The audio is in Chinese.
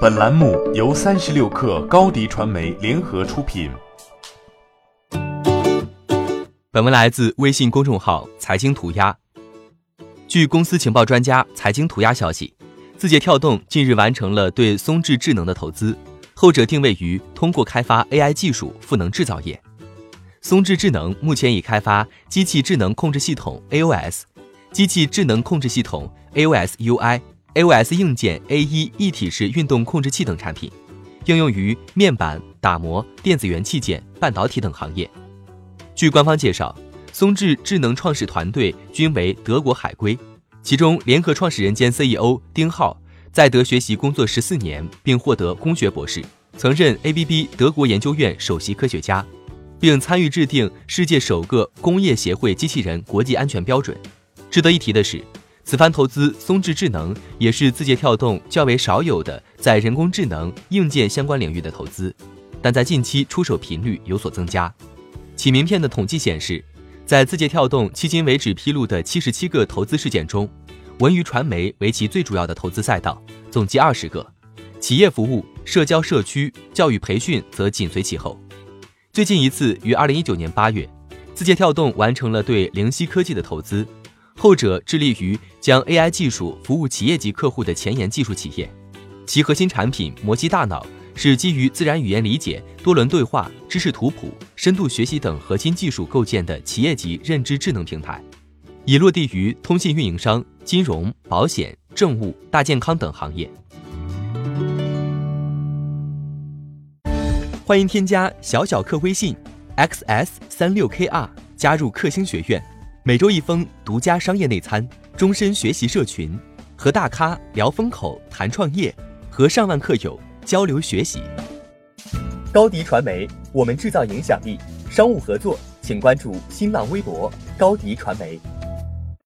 本栏目由36氪高迪传媒联合出品。 本文来自微信公众号财经涂鸦。据公司情报专家财经涂鸦消息，字节跳动近日完成了对松智智能的投资，后者定位于通过开发 AI 技术赋能制造业。松智智能目前已开发机器智能控制系统 AOS、机器智能控制系统 AOS UI、AOS 硬件 A1 一体式运动控制器等产品，应用于面板、打磨、电子元器件、半导体等行业。据官方介绍，松智智能创始团队均为德国海归，其中联合创始人兼 CEO 丁浩在德学习工作14年，并获得工学博士，曾任 ABB 德国研究院首席科学家，并参与制定世界首个工业协会机器人国际安全标准。值得一提的是，此番投资松智智能也是字节跳动较为少有的在人工智能硬件相关领域的投资，但在近期出手频率有所增加。其名片的统计显示，在字节跳动迄今为止披露的77个投资事件中，文娱传媒为其最主要的投资赛道，总计20个，企业服务、社交社区、教育培训则紧随其后。最近一次于2019年8月，字节跳动完成了对灵犀科技的投资，后者致力于将 AI 技术服务企业级客户的前沿技术企业。其核心产品摩基大脑是基于自然语言理解、多轮对话、知识图谱、深度学习等核心技术构建的企业级认知智能平台，已落地于通信运营商、金融、保险、政务、大健康等行业。欢迎添加小客微信 xs36kr 加入克星学院，每周1封独家商业内参，终身学习社群，和大咖聊风口谈创业，和上万客友交流学习。高迪传媒，我们制造影响力。商务合作请关注新浪微博高迪传媒。